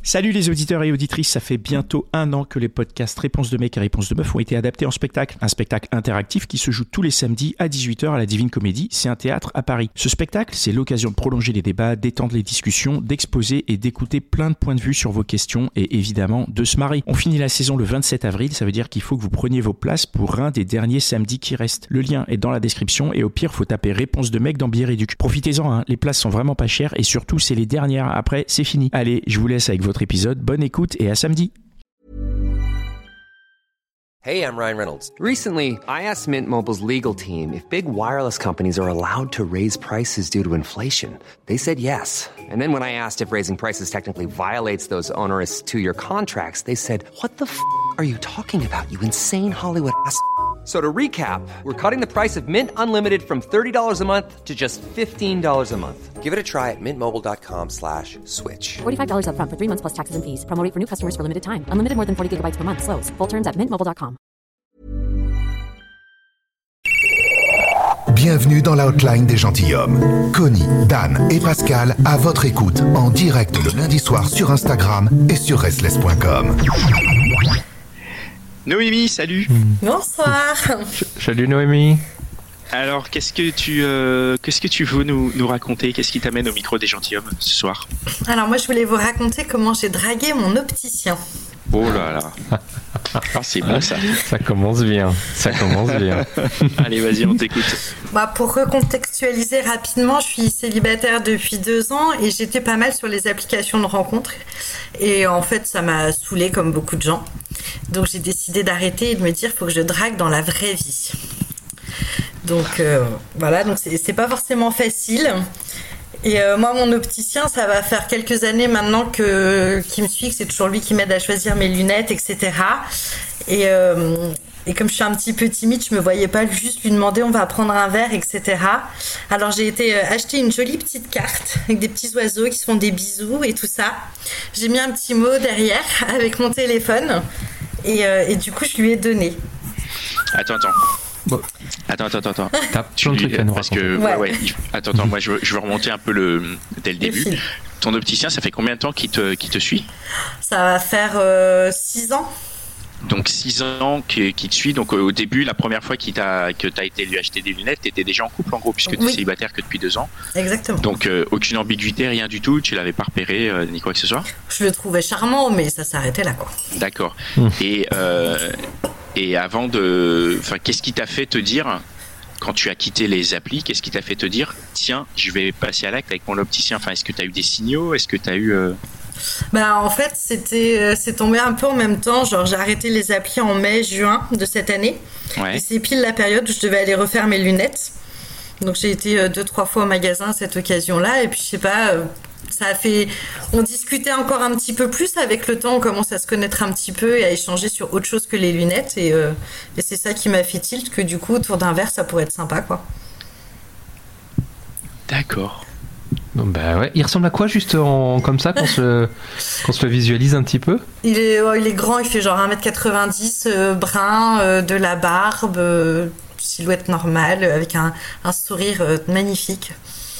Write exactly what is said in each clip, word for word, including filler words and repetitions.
Salut les auditeurs et auditrices, ça fait bientôt un an que les podcasts Réponse de mec et Réponse de meuf ont été adaptés en spectacle. Un spectacle interactif qui se joue tous les samedis à dix-huit heures à la Divine Comédie, c'est un théâtre à Paris. Ce spectacle, c'est l'occasion de prolonger les débats, d'étendre les discussions, d'exposer et d'écouter plein de points de vue sur vos questions et évidemment de se marrer. On finit la saison le vingt-sept avril, ça veut dire qu'il faut que vous preniez vos places pour un des derniers samedis qui restent. Le lien est dans la description et au pire, faut taper Réponse de mec dans Billet Réduc. Profitez-en, hein, les places sont vraiment pas chères et surtout, c'est les dernières. Après, c'est fini. Allez, je vous laisse avec votre épisode. Bonne écoute et à samedi. Hey, I'm Ryan Reynolds. Recently, I asked Mint Mobile's legal team if big wireless companies are allowed to raise prices due to inflation. They said yes. And then when I asked if raising prices technically violates those onerous two-year contracts, they said, "What the f*** are you talking about, you insane Hollywood ass?" So to recap, we're cutting the price of Mint Unlimited from thirty dollars a month to just fifteen dollars a month. Give it a try at mintmobile.com slash switch. forty-five dollars up front for three months plus taxes and fees. Promo rate for new customers for limited time. Unlimited more than forty gigabytes per month. Slows full terms at mint mobile dot com. Bienvenue dans l'outline des gentilshommes. Connie, Dan et Pascal à votre écoute en direct le lundi soir sur Instagram et sur restless point com. Noémie, salut. Bonsoir. Salut Noémie. Alors, qu'est-ce que tu, euh, qu'est-ce que tu veux nous, nous raconter? Qu'est-ce qui t'amène au micro des gentilshommes ce soir? Alors moi, je voulais vous raconter comment j'ai dragué mon opticien. Oh là là. Ah, c'est bon ça. Ça commence bien. Ça commence bien. Allez, vas-y, on t'écoute. Bah, pour recontextualiser rapidement, je suis célibataire depuis deux ans et j'étais pas mal sur les applications de rencontres. Et en fait, ça m'a saoulée comme beaucoup de gens. Donc j'ai décidé d'arrêter et de me dire, faut que je drague dans la vraie vie. Donc euh, voilà, donc c'est, c'est pas forcément facile. Et euh, moi, mon opticien, ça va faire quelques années maintenant que qu'il me suit, que c'est toujours lui qui m'aide à choisir mes lunettes, et cetera. Et, euh, et comme je suis un petit peu timide, je me voyais pas juste lui demander on va prendre un verre, et cetera. Alors j'ai été euh, acheter une jolie petite carte avec des petits oiseaux qui se font des bisous et tout ça. J'ai mis un petit mot derrière avec mon téléphone et, euh, et du coup, je lui ai donné. Attends, attends. Bon. Attends, attends, attends. T'as plein de trucs à nous Parce raconter. que, Ouais. ouais, ouais. Attends, attends, moi je veux, je veux remonter un peu le, dès le début. fil. Ton opticien, ça fait combien de temps qu'il te, qu'il te suit? Ça va faire euh, six ans. Donc six ans qu'il qui te suit. Donc au début, la première fois qu'il t'a, que t'as été lui acheter des lunettes, t'étais déjà en couple en gros, puisque t'es Oui. célibataire que depuis deux ans. Exactement. Donc euh, aucune ambiguïté, rien du tout. Tu l'avais pas repéré euh, ni quoi que ce soit. Je le trouvais charmant, mais ça s'arrêtait là, quoi. D'accord. Mmh. Et euh, et avant de, enfin, qu'est-ce qui t'a fait te dire quand tu as quitté les applis, qu'est-ce qui t'a fait te dire tiens, je vais passer à l'acte avec mon opticien? Enfin, est-ce que tu as eu des signaux? Est-ce que tu as eu euh... Bah en fait c'était euh, c'est tombé un peu en même temps, genre j'ai arrêté les applis en mai juin de cette année. Ouais. Et c'est pile la période où je devais aller refaire mes lunettes. Donc j'ai été euh, deux trois fois au magasin à cette occasion-là et puis je sais pas, euh, ça a fait on discutait encore un petit peu plus avec le temps, on commence à se connaître un petit peu et à échanger sur autre chose que les lunettes et euh, et c'est ça qui m'a fait tilt que du coup autour d'un verre ça pourrait être sympa quoi. D'accord. Bon, bah ouais. Il ressemble à quoi juste en, comme ça qu'on se, qu'on se le visualise un petit peu? Il est, oh, il est grand, il fait genre un mètre quatre-vingt-dix, euh, brun, euh, de la barbe, euh, silhouette normale, avec un, un sourire euh, magnifique.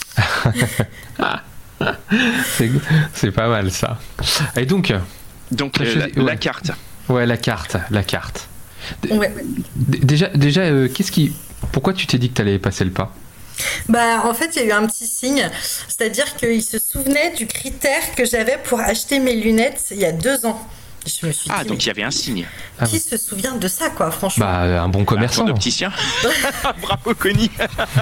c'est, c'est pas mal ça. Et donc Donc T'as euh, choisi- la, ouais. la carte. Ouais, la carte, la carte. D- Ouais. d- déjà, déjà euh, qu'est-ce qui... Pourquoi tu t'es dit que t'allais passer le pas? Bah, en fait, il y a eu un petit signe, c'est-à-dire qu'il se souvenait du critère que j'avais pour acheter mes lunettes il y a deux ans. Je me suis Ah, dit, donc mais il y avait un signe. Ah qui se souvient de ça, quoi, franchement. Bah, un bon commerçant. Ton opticien. Bravo, Connie.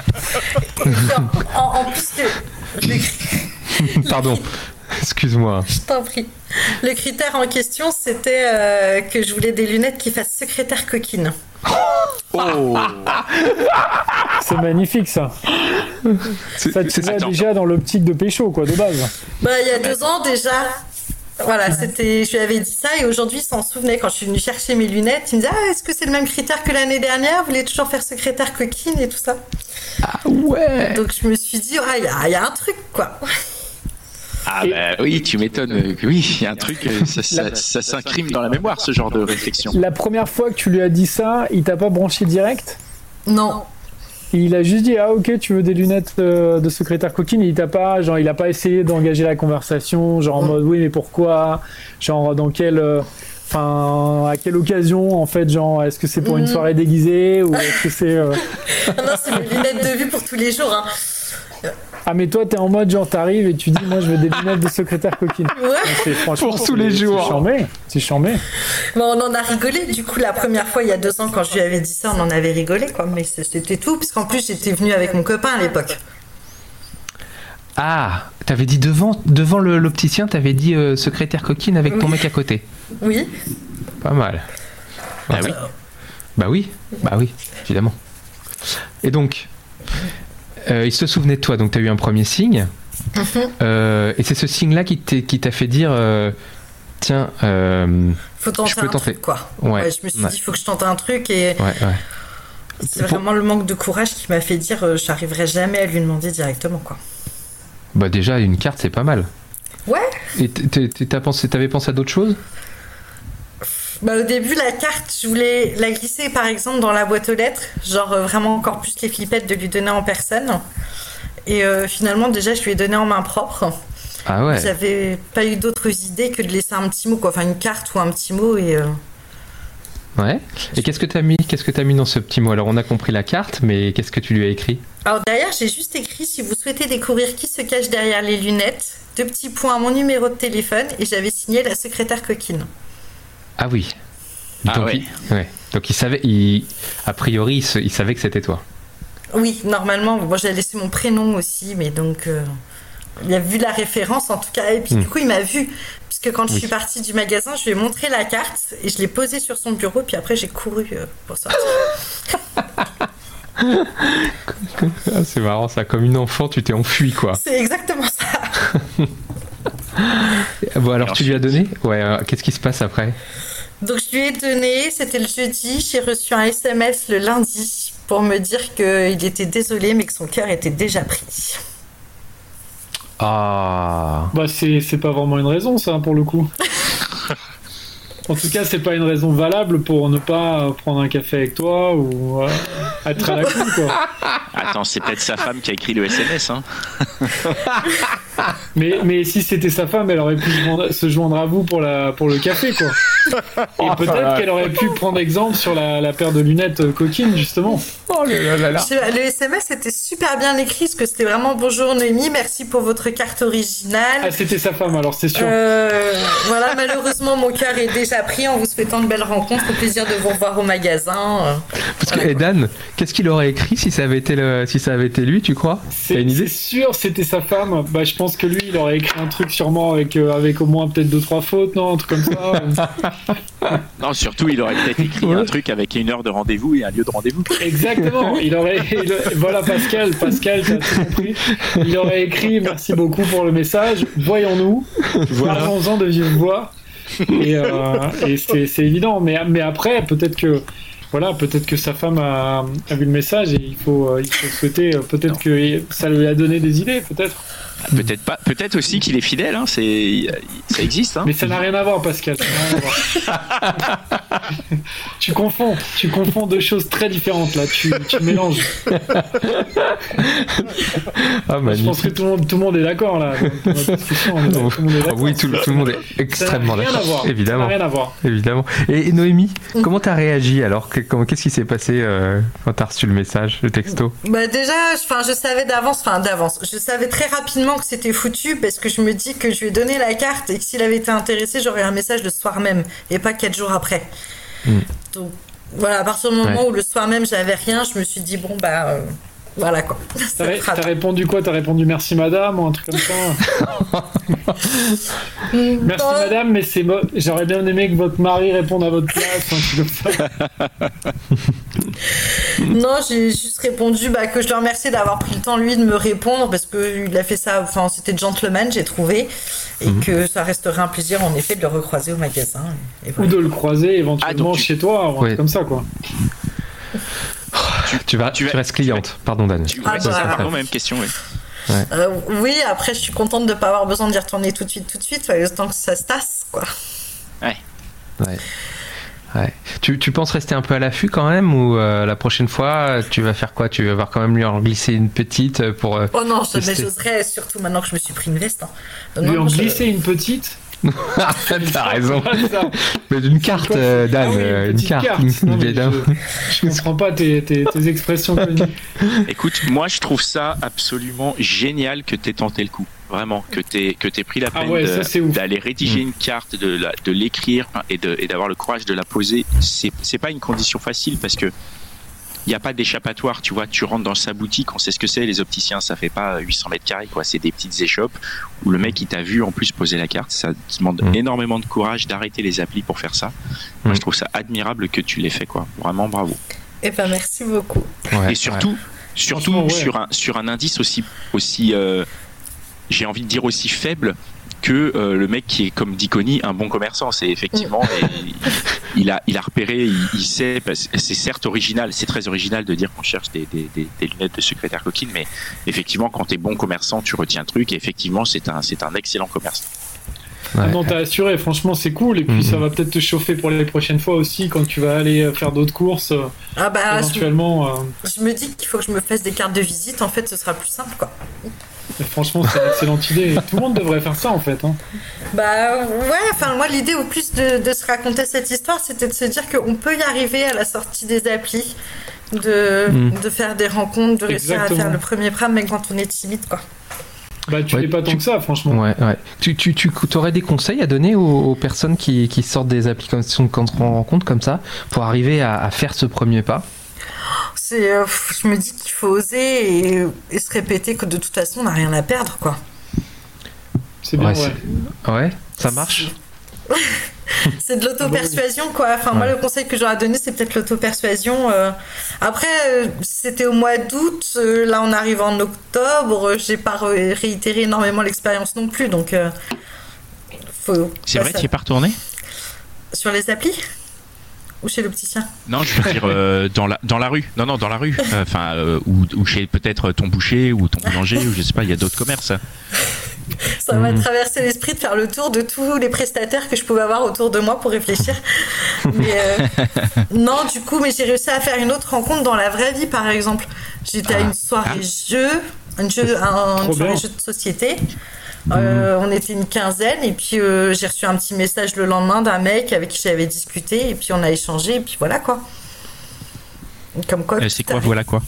en, en plus, le, le- Pardon, excuse-moi. je t'en prie. Le critère en question, c'était euh, que je voulais des lunettes qui fassent secrétaire coquine. Oh. C'est magnifique ça. C'est- Ça te c'est- met attends, déjà dans l'optique de pécho quoi de base. Bah, il y a deux ans déjà. Voilà, c'était, je lui avais dit ça et aujourd'hui il s'en souvenait quand je suis venue chercher mes lunettes. Il me disait ah, est-ce que c'est le même critère que l'année dernière? Vous voulez toujours faire secrétaire coquine et tout ça? Ah ouais. Donc je me suis dit ah, il y, a- il y a un truc quoi. Ah bah oui, tu m'étonnes. euh, que Oui, il y a un truc, euh, ça, ça, ça s'imprime dans la mémoire, ce genre de réflexion. La première fois que tu lui as dit ça, il t'a pas branché direct? Non. Il a juste dit ah ok tu veux des lunettes euh, de secrétaire coquine et il t'a pas genre il a pas essayé d'engager la conversation genre en mode oui mais pourquoi genre dans quelle enfin euh, à quelle occasion en fait genre est-ce que c'est pour une soirée déguisée ou est-ce que c'est euh... non c'est mes lunettes de vue pour tous les jours hein. Ah mais toi t'es en mode genre t'arrives et tu dis moi je veux des lunettes de secrétaire coquine. Ouais. C'est, franchement, pour tous les c'est, jours. C'est chambé, c'est chambé. Bon, on en a rigolé du coup la première fois il y a deux ans quand je lui avais dit ça on en avait rigolé quoi mais c'était tout parce qu'en plus j'étais venue avec mon copain à l'époque. Ah, t'avais dit devant devant le, l'opticien t'avais dit euh, secrétaire coquine avec ton oui. mec à côté. Oui. Pas mal. Bah oui. Bah oui. Bah oui, évidemment. Et donc. Euh, il se souvenait de toi, donc tu as eu un premier signe. Mm-hmm. Euh, et c'est ce signe-là qui, qui t'a fait dire euh, tiens, euh, faut tenter je peux un tenter. truc, quoi. Ouais. Ouais, je me suis ouais. dit, il faut que je tente un truc. Et ouais, ouais. c'est Pour... vraiment le manque de courage qui m'a fait dire euh, j'arriverai jamais à lui demander directement. Quoi. Bah, déjà, une carte, c'est pas mal. Ouais. Et t'as pensé, t'avais pensé à d'autres choses? Bah, au début, la carte, je voulais la glisser par exemple dans la boîte aux lettres, genre euh, vraiment encore plus les flippettes de lui donner en personne. Et euh, finalement, déjà, je lui ai donné en main propre. Ah ouais. J'avais pas eu d'autres idées que de laisser un petit mot, quoi. Enfin, une carte ou un petit mot et. Euh... Ouais. Et qu'est-ce que t'as mis Qu'est-ce que t'as mis dans ce petit mot? Alors, on a compris la carte, mais qu'est-ce que tu lui as écrit? Alors derrière, j'ai juste écrit si vous souhaitez découvrir qui se cache derrière les lunettes, deux petits points, mon numéro de téléphone, et j'avais signé la secrétaire coquine. Ah oui. Ah Donc, ouais. il, ouais. Donc il savait, il, a priori, il, se, il savait que c'était toi. Oui, normalement. Moi, j'ai laissé mon prénom aussi, mais donc euh, il a vu la référence en tout cas. Et puis mmh. du coup, il m'a vu, puisque quand oui. je suis partie du magasin, je lui ai montré la carte et je l'ai posée sur son bureau. Puis après, j'ai couru euh, pour sortir. Ah, c'est marrant ça. Comme une enfant, tu t'es enfui quoi. C'est exactement ça. Bon, alors tu lui as donné? Ouais. Euh, qu'est-ce qui se passe après? Donc je lui ai donné, c'était le jeudi, j'ai reçu un S M S le lundi pour me dire qu'il était désolé mais que son cœur était déjà pris. Ah. Bah c'est, c'est pas vraiment une raison ça pour le coup. En tout cas c'est pas une raison valable pour ne pas prendre un café avec toi ou euh, être à la cool quoi. Attends, c'est peut-être sa femme qui a écrit le S M S hein. Mais, mais si c'était sa femme, elle aurait pu se joindre, se joindre à vous pour, la, pour le café, quoi. Et peut-être qu'elle aurait pu prendre exemple sur la, la paire de lunettes coquines, justement. Oh là là là. Le S M S était super bien écrit, parce que c'était vraiment bonjour Noémie, merci pour votre carte originale. Ah, c'était sa femme, alors c'est sûr. Euh, voilà, malheureusement, mon cœur est déjà pris en vous souhaitant de belles rencontres. Au plaisir de vous revoir au magasin. Parce que, et Dan, qu'est-ce qu'il aurait écrit si ça avait été, le, si ça avait été lui, tu crois? C'est, T'as une idée? c'est sûr, c'était sa femme. Bah, je pense que lui, il aurait écrit un truc sûrement avec, euh, avec au moins peut-être deux trois fautes, non, un truc comme ça. Non, surtout, il aurait peut-être écrit ouais. un truc avec une heure de rendez-vous et un lieu de rendez-vous. Exactement. Il aurait, il, voilà Pascal, Pascal, t'as tout compris. Il aurait écrit merci beaucoup pour le message. Voyons-nous. Voilà. Parlons-en de vive voix. Et, euh, et c'est, c'est évident. Mais, mais après, peut-être que. Voilà, peut-être que sa femme a, a vu le message et il faut, euh, il faut souhaiter, euh, peut-être non. que ça lui a donné des idées, peut-être. Peut-être pas, peut-être aussi qu'il est fidèle, hein, c'est, ça existe. Hein. Mais ça n'a rien à voir, Pascal. Ça n'a rien à voir. tu confonds, tu confonds deux choses très différentes là. Tu, tu mélanges. Ah, je pense que tout le monde, tout le monde est d'accord là. Dans notre discussion, on est, tout le monde est d'accord. Oui, tout, tout le monde est extrêmement ça n'a rien d'accord. À voir. Évidemment. Ça n'a rien à voir. Évidemment. Et, et Noémie, mmh. comment t'as réagi alors? Qu'est-ce qui s'est passé euh, quand t'as reçu le message, le texto? Bah déjà, enfin, je savais d'avance, enfin d'avance, je savais très rapidement que c'était foutu parce que je me dis que je lui ai donné la carte et que s'il avait été intéressé, j'aurais un message le soir même et pas quatre jours après. Mm. Donc voilà, à partir du moment ouais. où le soir même j'avais rien, je me suis dit bon bah euh, voilà quoi. T'as, ré- t'as répondu quoi? T'as répondu merci madame ou un truc comme ça? Merci non. madame, mais c'est mo- j'aurais bien aimé que votre mari réponde à votre place, un truc comme ça. Non, j'ai juste répondu bah, que je le remerciais d'avoir pris le temps lui de me répondre parce qu'il a fait ça, enfin c'était gentleman j'ai trouvé et mmh. que ça resterait un plaisir en effet de le recroiser au magasin. Et voilà. Ou de le croiser éventuellement ah, tu... chez toi ou un ouais. truc comme ça quoi. Tu, tu, vas, tu, tu restes cliente, pardon Dan. Tu ah, restes bah, pardon, même question, oui. Ouais. Euh, oui, après je suis contente de ne pas avoir besoin d'y retourner tout de suite, tout de suite, le temps que ça se tasse, quoi. Ouais. Ouais. Ouais. Tu, tu penses rester un peu à l'affût quand même ou euh, la prochaine fois tu vas faire quoi? Tu vas voir quand même lui en glisser une petite pour. Euh, oh non, jamais j'oserais, surtout maintenant que je me suis pris une veste. Hein. Lui non, en je... glisser une petite. T'as raison. Mais d'une carte, euh, Dan, ah oui, une, une carte. carte. Non, je, je comprends pas tes, tes, tes expressions. Écoute, moi je trouve ça absolument génial que t'aies tenté le coup. Vraiment, que t'aies que t'aies pris la peine ah ouais, de, ça, d'aller rédiger mmh. une carte, de, la, de l'écrire et, de, et d'avoir le courage de la poser. C'est, c'est pas une condition facile parce que il n'y a pas d'échappatoire, tu vois, tu rentres dans sa boutique, on sait ce que c'est, les opticiens, ça fait pas huit cents mètres carrés, quoi, c'est des petites échoppes où le mec il t'a vu en plus poser la carte, ça demande mmh. énormément de courage d'arrêter les applis pour faire ça. Mmh. Moi je trouve ça admirable que tu l'aies fait, quoi, vraiment bravo. Eh ben merci beaucoup. Ouais, et surtout, ouais. surtout ouais. sur, un, sur un indice aussi, aussi euh, j'ai envie de dire aussi faible que euh, le mec qui est, comme dit Connie, un bon commerçant. C'est effectivement, il, il, a, il a repéré, il, il sait, c'est certes original, c'est très original de dire qu'on cherche des, des, des, des lunettes de secrétaire coquine, mais effectivement, quand t'es bon commerçant, tu retiens le truc, et effectivement, c'est un, c'est un excellent commerçant. Ouais. Ah non, t'as assuré, franchement, c'est cool, et puis mmh. ça va peut-être te chauffer pour les prochaines fois aussi, quand tu vas aller faire d'autres courses. Ah bah, éventuellement. Je, euh... je me dis qu'il faut que je me fasse des cartes de visite, en fait, ce sera plus simple, quoi. Et franchement, c'est une excellente idée. Tout le monde devrait faire ça en fait. Hein. Bah ouais, enfin moi l'idée au plus de, de se raconter cette histoire, c'était de se dire qu'on peut y arriver à la sortie des applis, de, mmh. de faire des rencontres, de réussir Exactement. à faire le premier pas, même quand on est timide, quoi. Bah tu ouais, fais pas tant tu... que ça, franchement. Ouais, ouais. Tu, tu, tu aurais des conseils à donner aux, aux personnes qui, qui sortent des applications quand on rencontre comme ça, pour arriver à, à faire ce premier pas? C'est, euh, je me dis qu'il faut oser et, et se répéter que de toute façon on n'a rien à perdre, quoi. C'est bien, ouais. Ouais, c'est... ouais ça marche. C'est de l'auto-persuasion, quoi. Enfin, ouais. moi, le conseil que j'aurais donné, c'est peut-être l'auto-persuasion. Euh... Après, euh, c'était au mois d'août. Euh, là, on arrive en octobre. J'ai pas ré- réitéré énormément l'expérience non plus, donc. Euh, faut... C'est vrai, tu n'y es pas retourné ? Sur les applis ? Ou chez l'opticien ? Non, je veux dire euh, dans la dans la rue. Non, non, dans la rue. Enfin, euh, ou, ou chez peut-être ton boucher ou ton boulanger ou je sais pas. Il y a d'autres commerces. Ça m'a mmh. traversé l'esprit de faire le tour de tous les prestataires que je pouvais avoir autour de moi pour réfléchir. Mais euh, non, du coup, mais j'ai réussi à faire une autre rencontre dans la vraie vie, par exemple. J'étais ah. à une soirée ah. jeu, un jeu, un, une soirée jeu de société. Euh, on était une quinzaine et puis euh, j'ai reçu un petit message le lendemain d'un mec avec qui j'avais discuté et puis on a échangé et puis voilà quoi. Comme quoi. Euh, c'est quoi voilà quoi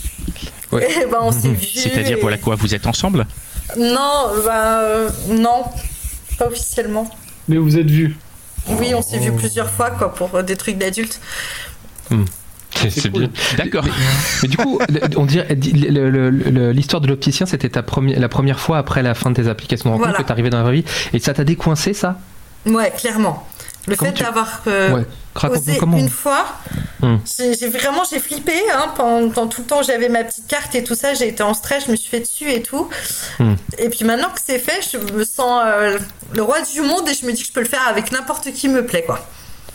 ouais. Et ben on s'est vu. C'est-à-dire et... voilà quoi vous êtes ensemble ? Non, bah euh, non, pas officiellement. Mais vous êtes vus ? Oui, on s'est oh. vu plusieurs fois quoi pour des trucs d'adultes. Hmm. C'est, c'est, c'est cool. Bien. D'accord. Mais, mais du coup, on dirait le, le, le, l'histoire de l'opticien, c'était ta première, la première fois après la fin de tes applications de rencontre voilà. que t'es arrivé dans la vraie vie, et ça t'a décoincé ça ? Ouais, clairement. Le comment fait tu... d'avoir euh, ouais. osé comment... une fois, hum. j'ai, j'ai vraiment j'ai flippé hein, pendant, pendant tout le temps. J'avais ma petite carte et tout ça. J'ai été en stress, je me suis fait dessus et tout. Hum. Et puis maintenant que c'est fait, je me sens euh, le roi du monde et je me dis que je peux le faire avec n'importe qui me plaît quoi.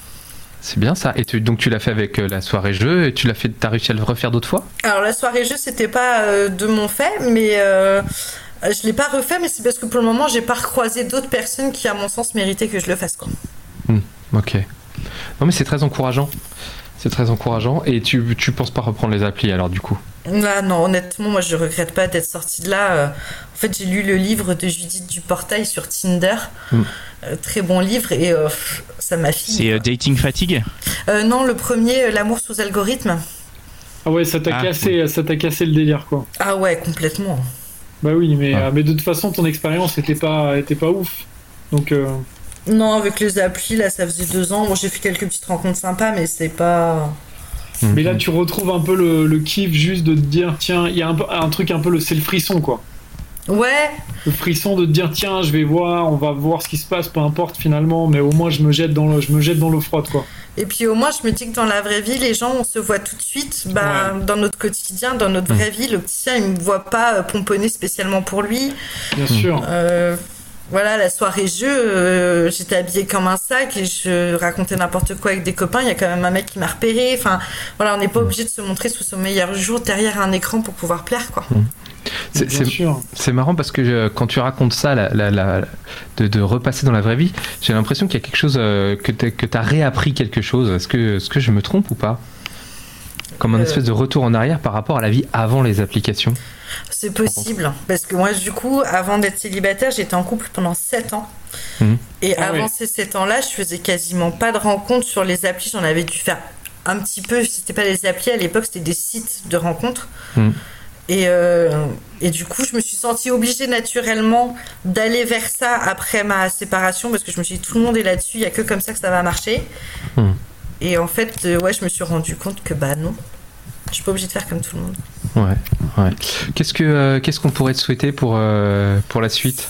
C'est bien ça. Et tu, donc tu l'as fait avec euh, la soirée jeu et tu l'as fait, t'as réussi à le refaire d'autres fois ? Alors la soirée jeu c'était pas euh, de mon fait, mais euh, je l'ai pas refait, mais c'est parce que pour le moment j'ai pas recroisé d'autres personnes qui à mon sens méritaient que je le fasse quoi. Mmh, ok. Non mais c'est très encourageant. C'est très encourageant. Et tu, tu penses pas reprendre les applis alors du coup ? Là, non, honnêtement, moi je regrette pas d'être sortie de là. En fait, j'ai lu le livre de Judith Duportail sur Tinder. Mm. Euh, très bon livre et euh, ça m'a fini. C'est euh, Dating Fatigue ? euh, Non, le premier, L'amour sous algorithme. Ah ouais, ça t'a, ah, cassé, oui. ça t'a cassé le délire quoi. Ah ouais, complètement. Bah oui, mais, ah. euh, mais de toute façon, ton expérience était pas, était pas ouf. Donc. Euh... Non, avec les applis, là, ça faisait deux ans. Bon, j'ai fait quelques petites rencontres sympas, mais c'est pas. Mais là, tu retrouves un peu le, le kiff juste de te dire, tiens, il y a un, un truc un peu, le, c'est le frisson, quoi. Ouais. Le frisson de te dire, tiens, je vais voir, on va voir ce qui se passe, peu importe finalement, mais au moins je me jette dans, le, je me jette dans l'eau froide, quoi. Et puis au moins, je me dis que dans la vraie vie, les gens, on se voit tout de suite, bah, ouais. dans notre quotidien, dans notre vraie vie, l'opticien, il me voit pas pomponner spécialement pour lui. Bien sûr. Euh... Voilà, la soirée jeu, euh, j'étais habillée comme un sac et je racontais n'importe quoi avec des copains. Il y a quand même un mec qui m'a repéré. Enfin, voilà, on n'est pas obligé de se montrer sous son meilleur jour derrière un écran pour pouvoir plaire, quoi. C'est, Bien c'est, sûr. c'est marrant parce que je- quand tu racontes ça, la, la, la- de, de repasser dans la vraie vie, j'ai l'impression qu'il y a quelque chose, euh, que tu as réappris quelque chose. Est-ce que, est-ce que je me trompe ou pas? Comme un Euh. espèce de retour en arrière par rapport à la vie avant les applications. C'est possible, parce que moi, du coup, avant d'être célibataire, j'étais en couple pendant sept ans. Mhm. Et Ah avant ouais. ces sept ans-là, je faisais quasiment pas de rencontres sur les applis. J'en avais dû faire un petit peu. C'était pas les applis à l'époque, c'était des sites de rencontres. Mhm. Et, euh, et du coup, je me suis sentie obligée naturellement d'aller vers ça après ma séparation, parce que je me suis dit, tout le monde est là-dessus, il y a que comme ça que ça va marcher. Mhm. Et en fait, euh, ouais, je me suis rendu compte que bah non, je suis pas obligée de faire comme tout le monde. Ouais, ouais. Qu'est-ce, que, euh, qu'est-ce qu'on pourrait te souhaiter pour, euh, pour la suite?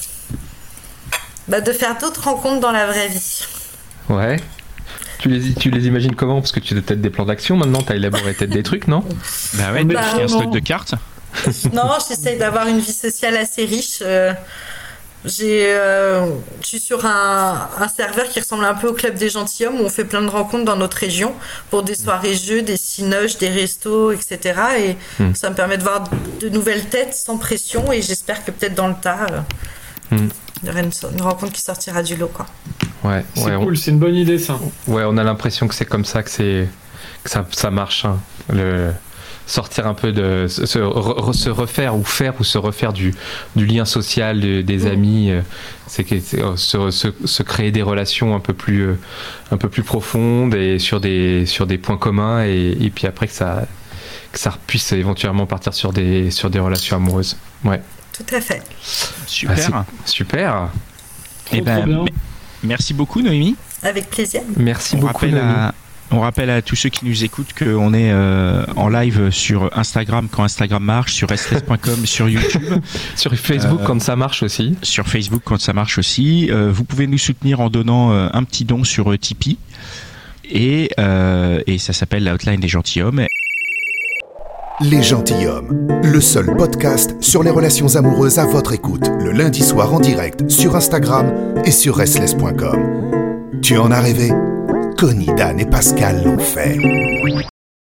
Bah, de faire d'autres rencontres dans la vraie vie. Ouais. Tu les, tu les imagines comment? Parce que tu as peut-être des plans d'action maintenant, tu as élaboré peut-être des trucs, non? Bah ouais, Bah, tu fais un non. stock de cartes. Non, j'essaye d'avoir une vie sociale assez riche. Euh, j'ai, euh, je suis sur un, un serveur qui ressemble un peu au Club des Gentilshommes, où on fait plein de rencontres dans notre région pour des soirées jeux, des cinoches, des restos, et cetera. Et Mm. ça me permet de voir de nouvelles têtes sans pression, et j'espère que peut-être dans le tas, euh, Mm. il y aura une, so- une rencontre qui sortira du lot, quoi. Ouais, C'est ouais, on- cool, c'est une bonne idée ça. Ouais, on a l'impression que c'est comme ça que, c'est, que ça, ça marche. Hein. Le, sortir un peu de. Se, se re- se refaire ou faire ou se refaire du, du lien social, de- des amis. euh, C'est, que- c'est euh, se, se, se créer des relations un peu plus, euh, un peu plus profondes et sur des, sur des points communs. Et, et puis après que ça, que ça puisse éventuellement partir sur des, sur des relations amoureuses. Ouais. Tout à fait. Super. Ah, c'est- super. Eh Trop, ben, trop bien. m- merci beaucoup, Noémie. Avec plaisir. Merci On beaucoup. rappelle, Noémie. à, on rappelle à tous ceux qui nous écoutent qu'on est euh, en live sur Instagram quand Instagram marche, sur restless point com, sur YouTube, Sur Facebook Euh, quand ça marche aussi. sur Facebook quand ça marche aussi. Euh, vous pouvez nous soutenir en donnant euh, un petit don sur euh, Tipeee. Et, euh, et ça s'appelle l'Outline des Gentilshommes. Les Gentilshommes, le seul podcast sur les relations amoureuses à votre écoute, le lundi soir en direct sur Instagram et sur restless point com. Tu en as rêvé? Connie, Dan et Pascal l'ont fait.